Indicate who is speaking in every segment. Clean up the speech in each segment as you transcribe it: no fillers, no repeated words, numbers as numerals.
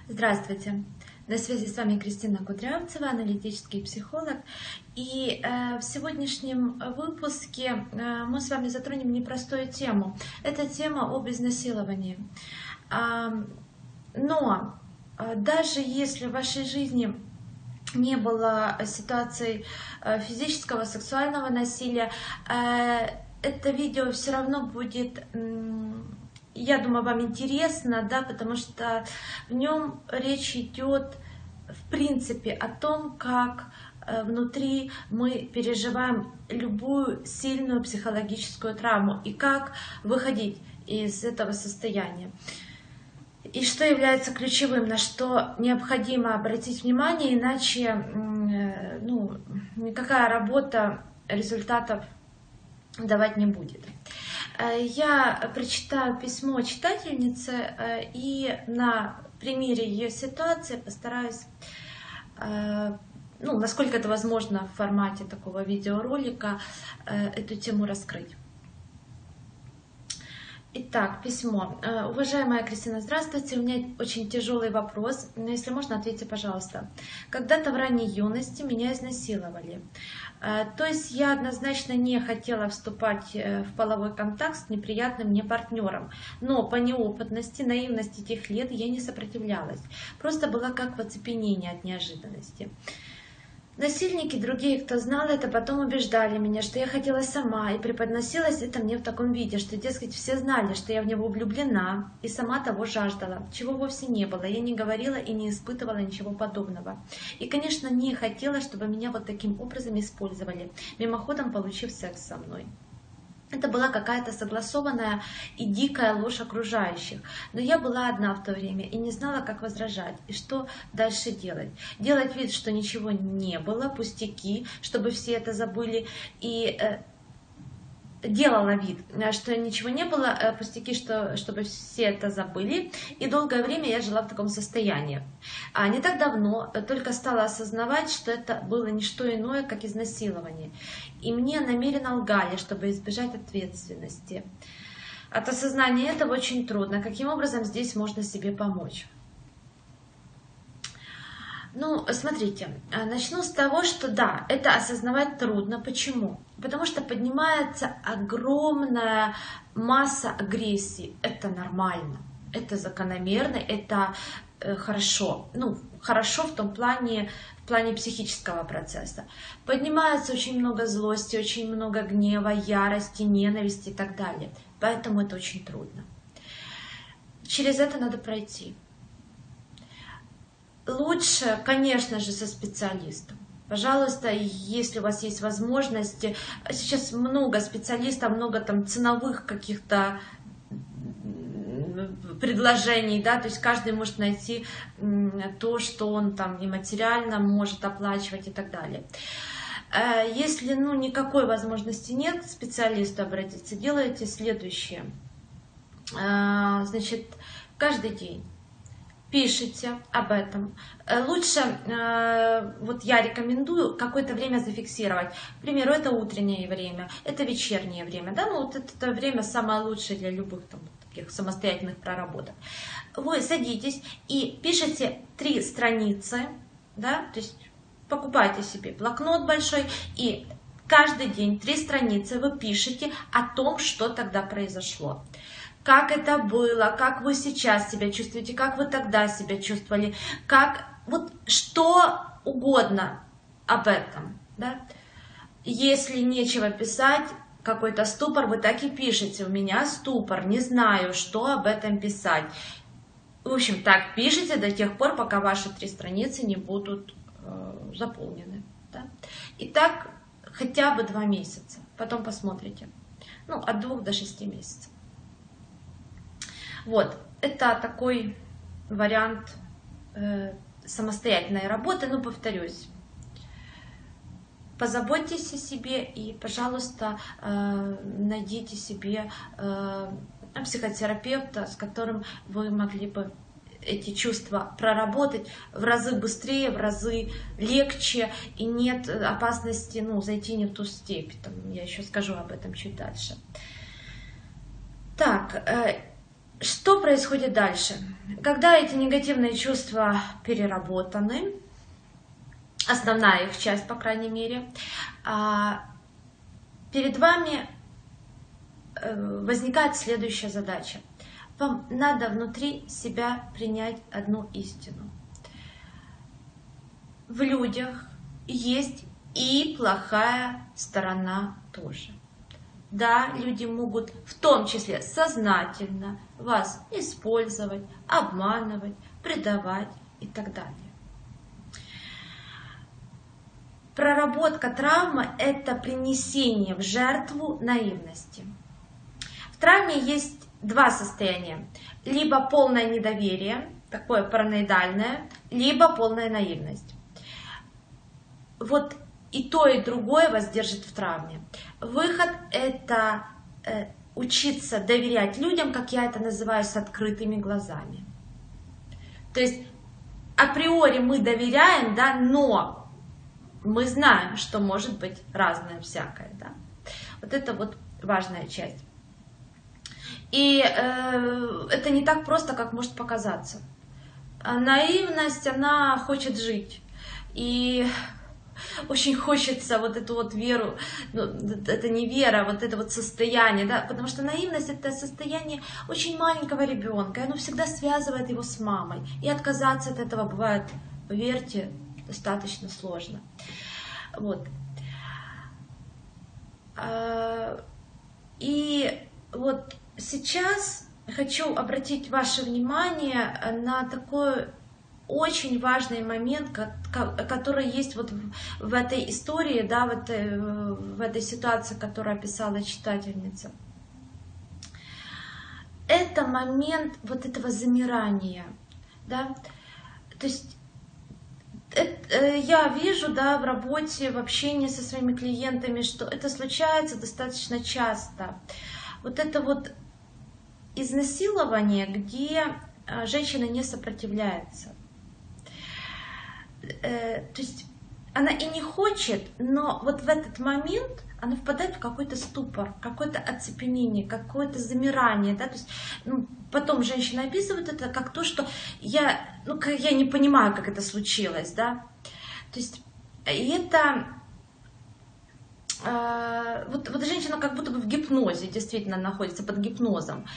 Speaker 1: Здравствуйте! На связи с вами Кристина Кудрявцева, аналитический психолог. И в сегодняшнем выпуске мы с вами затронем непростую тему. Это тема об изнасиловании. Но даже если в вашей жизни не было ситуаций физического, сексуального насилия, это видео все равно будет, я думаю, вам интересно, да, потому что в нем речь идет, в принципе, о том, как внутри мы переживаем любую сильную психологическую травму и как выходить из этого состояния. И что является ключевым, на что необходимо обратить внимание, иначе никакая работа результатов давать не будет. Я прочитаю письмо читательницы и на примере ее ситуации постараюсь, насколько это возможно в формате такого видеоролика, эту тему раскрыть. Итак, письмо. Уважаемая Кристина, здравствуйте. У меня очень тяжелый вопрос, но если можно, ответьте, пожалуйста. Когда-то в ранней юности меня изнасиловали. То есть я однозначно не хотела вступать в половой контакт с неприятным мне партнером, но по неопытности, наивности тех лет я не сопротивлялась. Просто была как в оцепенении от неожиданности. Насильники, другие, кто знал это, потом убеждали меня, что я хотела сама, и преподносилось это мне в таком виде, что, дескать, все знали, что я в него влюблена, и сама того жаждала, чего вовсе не было. Я не говорила и не испытывала ничего подобного. И, конечно, не хотела, чтобы меня вот таким образом использовали, мимоходом получив секс со мной. Это была какая-то согласованная и дикая ложь окружающих. Но я была одна в то время и не знала, как возражать. И что дальше делать? Делать вид, что ничего не было, пустяки, чтобы все это забыли. И делала вид, что ничего не было, пустяки, чтобы все это забыли. И долгое время я жила в таком состоянии. А не так давно только стала осознавать, что это было не что иное, как изнасилование. И мне намеренно лгали, чтобы избежать ответственности. От осознания этого очень трудно. Каким образом здесь можно себе помочь? Смотрите, начну с того, что да, это осознавать трудно. Почему? Потому что поднимается огромная масса агрессии. Это нормально, это закономерно, это хорошо. Хорошо в плане психического процесса. Поднимается очень много злости, очень много гнева, ярости, ненависти и так далее. Поэтому это очень трудно. Через это надо пройти. Лучше, конечно же, со специалистом. Пожалуйста, если у вас есть возможность, сейчас много специалистов, много там ценовых каких-то предложений, да, то есть каждый может найти то, что он там и материально может оплачивать и так далее. Если никакой возможности нет к специалисту обратиться, делайте следующее. Значит, каждый день пишите об этом. Лучше, вот я рекомендую какое-то время зафиксировать. К примеру, это утреннее время, это вечернее время. Да? Это время самое лучшее для любых таких самостоятельных проработок. Вы садитесь и пишете 3 страницы, да? То есть покупайте себе блокнот большой и каждый день 3 страницы вы пишете о том, что тогда произошло. Как это было, как вы сейчас себя чувствуете, как вы тогда себя чувствовали, что угодно об этом. Да? Если нечего писать, какой-то ступор, вы так и пишете. У меня ступор, не знаю, что об этом писать. В общем, так пишите до тех пор, пока ваши 3 страницы не будут заполнены. Да? И так хотя бы 2 месяца. Потом посмотрите. От 2 до 6 месяцев. Вот, это такой вариант самостоятельной работы, повторюсь. Позаботьтесь о себе и, пожалуйста, найдите себе психотерапевта, с которым вы могли бы эти чувства проработать в разы быстрее, в разы легче, и нет опасности зайти не в ту степь. Я еще скажу об этом чуть дальше. Так, Что происходит дальше? Когда эти негативные чувства переработаны, основная их часть, по крайней мере, перед вами возникает следующая задача. Вам надо внутри себя принять одну истину. В людях есть и плохая сторона тоже. Да, люди могут в том числе сознательно вас использовать, обманывать, предавать и так далее. Проработка травмы – это принесение в жертву наивности. В травме есть два состояния. Либо полное недоверие, такое параноидальное, либо полная наивность. Вот и то, и другое вас держит в травме. Выход – это учиться доверять людям, как я это называю, с открытыми глазами. То есть априори мы доверяем, да, но мы знаем, что может быть разное всякое. Да? Вот это вот важная часть. И это не так просто, как может показаться. Наивность, она хочет жить. И очень хочется вот эту вот веру, ну, это не вера, вот это вот состояние, да, потому что наивность — это состояние очень маленького ребенка, и оно всегда связывает его с мамой. И отказаться от этого бывает, поверьте, достаточно сложно. Вот. И вот сейчас хочу обратить ваше внимание на такой очень важный момент, который есть вот в этой истории, да, в этой ситуации, которую описала читательница. Это момент вот этого замирания, да, то есть я вижу, да, в работе, в общении со своими клиентами, что это случается достаточно часто. Вот это вот изнасилование, где женщина не сопротивляется. То есть она и не хочет, но вот в этот момент она впадает в какой-то ступор, какое-то оцепенение, какое-то замирание. Да? То есть, ну, потом женщина описывает это как то, что я не понимаю, как это случилось. Да? То есть, и это... Вот женщина как будто бы в гипнозе действительно находится, под гипнозом.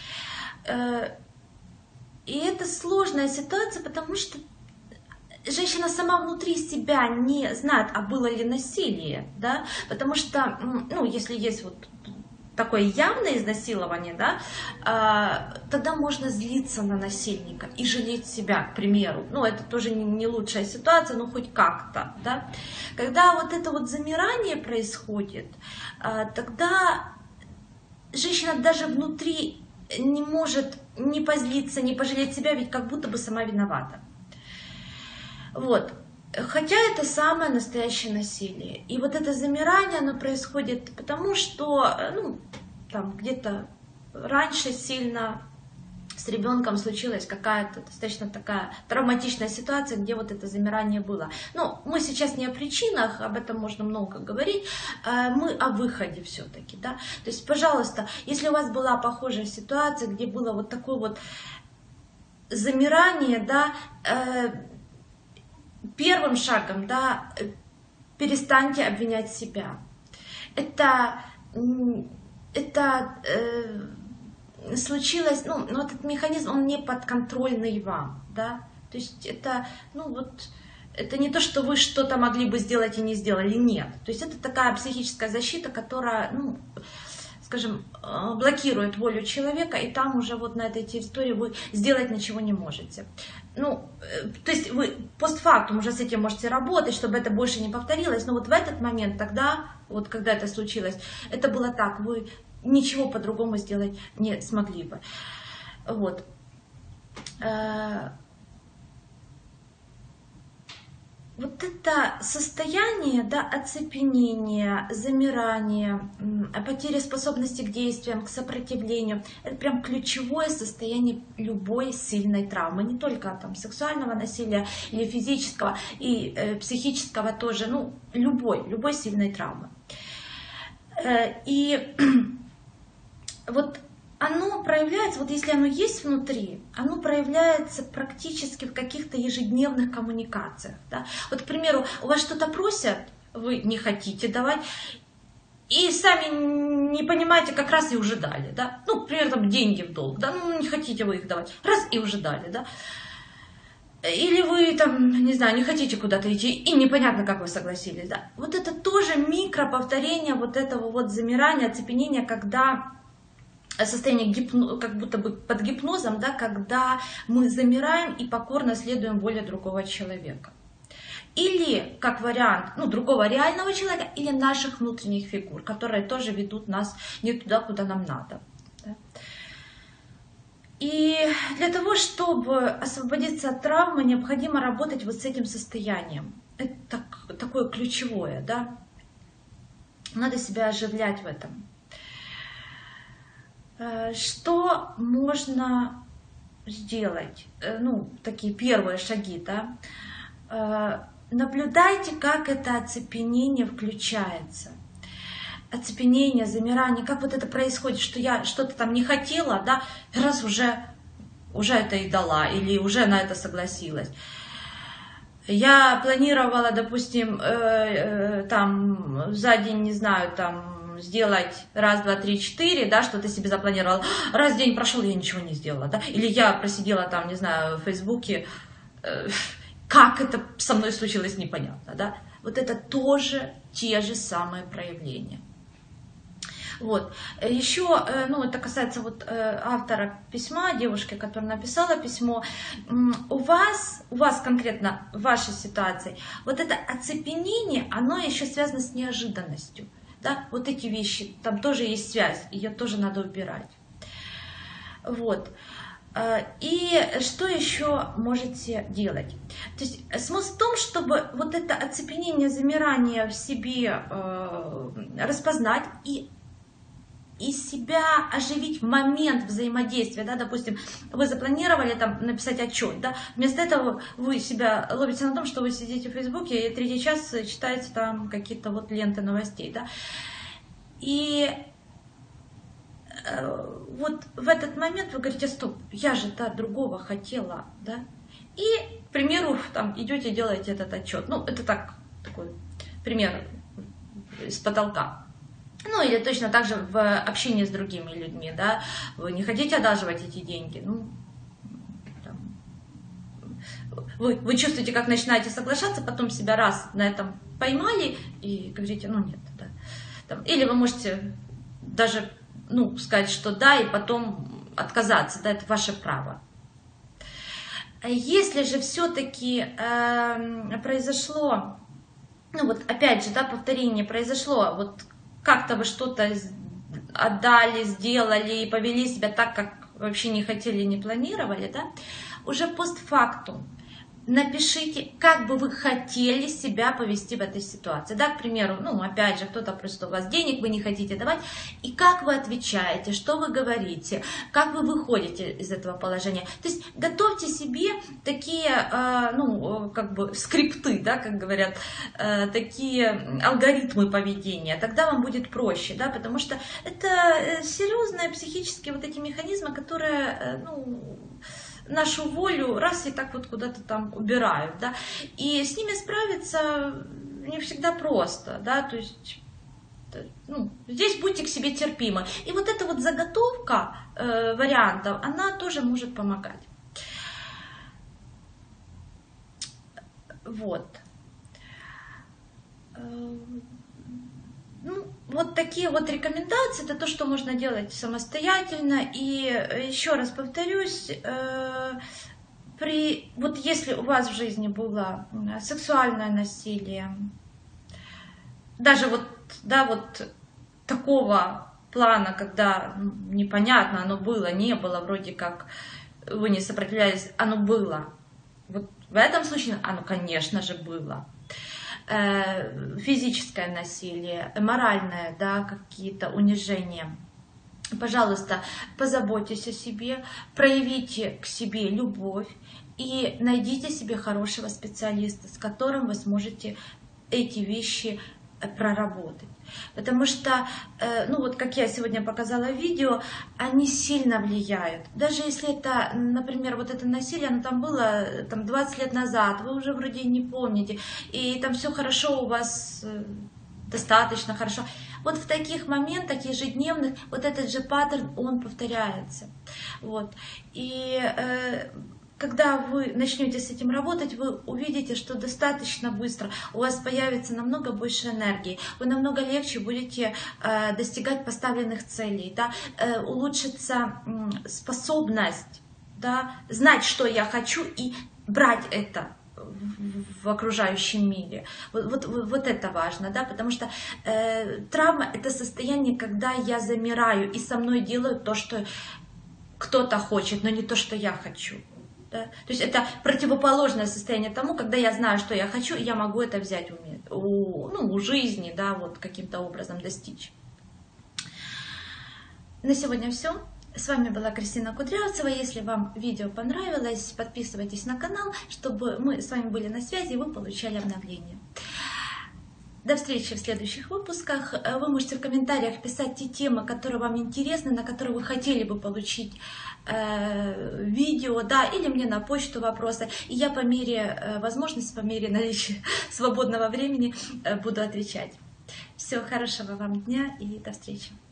Speaker 1: И это сложная ситуация, потому что женщина сама внутри себя не знает, а было ли насилие, да, потому что, ну, если есть вот такое явное изнасилование, да, тогда можно злиться на насильника и жалеть себя, к примеру. Ну, это тоже не лучшая ситуация, но хоть как-то, да. Когда вот это вот замирание происходит, тогда женщина даже внутри не может не позлиться, не пожалеть себя, ведь как будто бы сама виновата. Вот. Хотя это самое настоящее насилие. И вот это замирание, оно происходит потому, что, ну, там где-то раньше сильно с ребенком случилась какая-то достаточно такая травматичная ситуация, где вот это замирание было. Но мы сейчас не о причинах, об этом можно много говорить, мы о выходе все-таки, да. То есть, пожалуйста, если у вас была похожая ситуация, где было вот такое вот замирание, да, первым шагом, да, перестаньте обвинять себя. Это случилось, ну, этот механизм, он не подконтрольный вам, да, то есть это, ну, вот, это не то, что вы что-то могли бы сделать и не сделали, нет, то есть это такая психическая защита, которая, ну, скажем, блокирует волю человека, и там уже вот на этой территории вы сделать ничего не можете. Ну, то есть вы постфактум уже с этим можете работать, чтобы это больше не повторилось, но вот в этот момент тогда, вот когда это случилось, это было так, вы ничего по-другому сделать не смогли бы. Вот. Вот это состояние, да, оцепенения, замирания, потери способности к действиям, к сопротивлению, это прям ключевое состояние любой сильной травмы, не только там сексуального насилия или физического, и психического тоже, ну, любой сильной травмы. И вот оно проявляется, вот если оно есть внутри, оно проявляется практически в каких-то ежедневных коммуникациях. Да? Вот, к примеру, у вас что-то просят, вы не хотите давать, и сами не понимаете, как раз и уже дали. Да? Ну, например, там деньги в долг, да? Ну, не хотите вы их давать, раз и уже дали. Да? Или вы там, не знаю, не хотите куда-то идти, и непонятно, как вы согласились. Да? Вот это тоже микроповторение вот этого вот замирания, оцепенения, когда состояние как будто бы под гипнозом, да, когда мы замираем и покорно следуем воле другого человека. Или, как вариант, другого реального человека, или наших внутренних фигур, которые тоже ведут нас не туда, куда нам надо. Да? И для того, чтобы освободиться от травмы, необходимо работать вот с этим состоянием. Это такое ключевое, да? Надо себя оживлять в этом. Что можно сделать? Такие первые шаги, да? Наблюдайте, как это оцепенение включается. Оцепенение, замирание, как вот это происходит, что я что-то там не хотела, да, раз уже это и дала, или уже на это согласилась. Я планировала, допустим, там за день, не знаю, там сделать раз, два, три, четыре, да, что ты себе запланировала. Раз день прошел, я ничего не сделала, да. Или я просидела там, не знаю, в Фейсбуке, как это со мной случилось, непонятно, да. Вот это тоже те же самые проявления. Вот. Еще, это касается вот автора письма, девушки, которая написала письмо. У вас конкретно в вашей ситуации, вот это оцепенение, оно еще связано с неожиданностью. Да? Вот эти вещи, там тоже есть связь, ее тоже надо убирать. Вот. И что еще можете делать? То есть смысл в том, чтобы вот это оцепенение, замирание в себе распознать и себя оживить в момент взаимодействия, да, допустим, вы запланировали там написать отчет, да, вместо этого вы себя ловите на том, что вы сидите в Фейсбуке и третий час читаете там какие-то вот ленты новостей, да, и вот в этот момент вы говорите: стоп, я же другого хотела, да, и, к примеру, там идете, делаете этот отчет, это такой пример с потолка. Или точно так же в общении с другими людьми, да, вы не хотите одалживать эти деньги, вы чувствуете, как начинаете соглашаться, потом себя раз на этом поймали и говорите: нет, да. Там, или вы можете даже, сказать, что да, и потом отказаться, да, это ваше право. Если же все-таки произошло, опять же, да, повторение произошло, вот как-то вы что-то отдали, сделали и повели себя так, как вообще не хотели, не планировали, да, уже постфактум напишите, как бы вы хотели себя повести в этой ситуации. Да, к примеру, опять же, кто-то просит у вас денег, вы не хотите давать, и как вы отвечаете, что вы говорите, как вы выходите из этого положения. То есть готовьте себе такие, скрипты, да, как говорят, такие алгоритмы поведения, тогда вам будет проще, да, потому что это серьезные психические вот эти механизмы, которые, нашу волю раз и так вот куда-то там убирают, да, и с ними справиться не всегда просто, да, то есть, здесь будьте к себе терпимы. И вот эта вот заготовка вариантов, она тоже может помогать. Вот. Вот такие вот рекомендации, это то, что можно делать самостоятельно. И еще раз повторюсь, вот если у вас в жизни было сексуальное насилие, даже такого плана, когда непонятно, оно было, не было, вроде как вы не сопротивлялись, оно было. Вот в этом случае оно, конечно же, было. Физическое насилие, моральное, да, какие-то унижения. Пожалуйста, позаботьтесь о себе, проявите к себе любовь и найдите себе хорошего специалиста, с которым вы сможете эти вещи проработать. Потому что, ну вот как я сегодня показала видео, они сильно влияют. Даже если это, например, вот это насилие, оно там было там, 20 лет назад, вы уже вроде не помните, и там все хорошо у вас, достаточно хорошо. Вот в таких моментах ежедневных вот этот же паттерн, он повторяется. Вот. И когда вы начнете с этим работать, вы увидите, что достаточно быстро у вас появится намного больше энергии, вы намного легче будете достигать поставленных целей, да? Улучшится способность, да? Знать, что я хочу, и брать это в окружающем мире. Вот это важно, да, потому что травма — это состояние, когда я замираю, и со мной делают то, что кто-то хочет, но не то, что я хочу. Да? То есть это противоположное состояние тому, когда я знаю, что я хочу, и я могу это взять у жизни, да, вот каким-то образом достичь. На сегодня все. С вами была Кристина Кудрявцева. Если вам видео понравилось, подписывайтесь на канал, чтобы мы с вами были на связи и вы получали обновления. До встречи в следующих выпусках. Вы можете в комментариях писать те темы, которые вам интересны, на которые вы хотели бы получить видео, да, или мне на почту вопросы. И я по мере возможности, по мере наличия свободного времени буду отвечать. Всего хорошего вам дня и до встречи.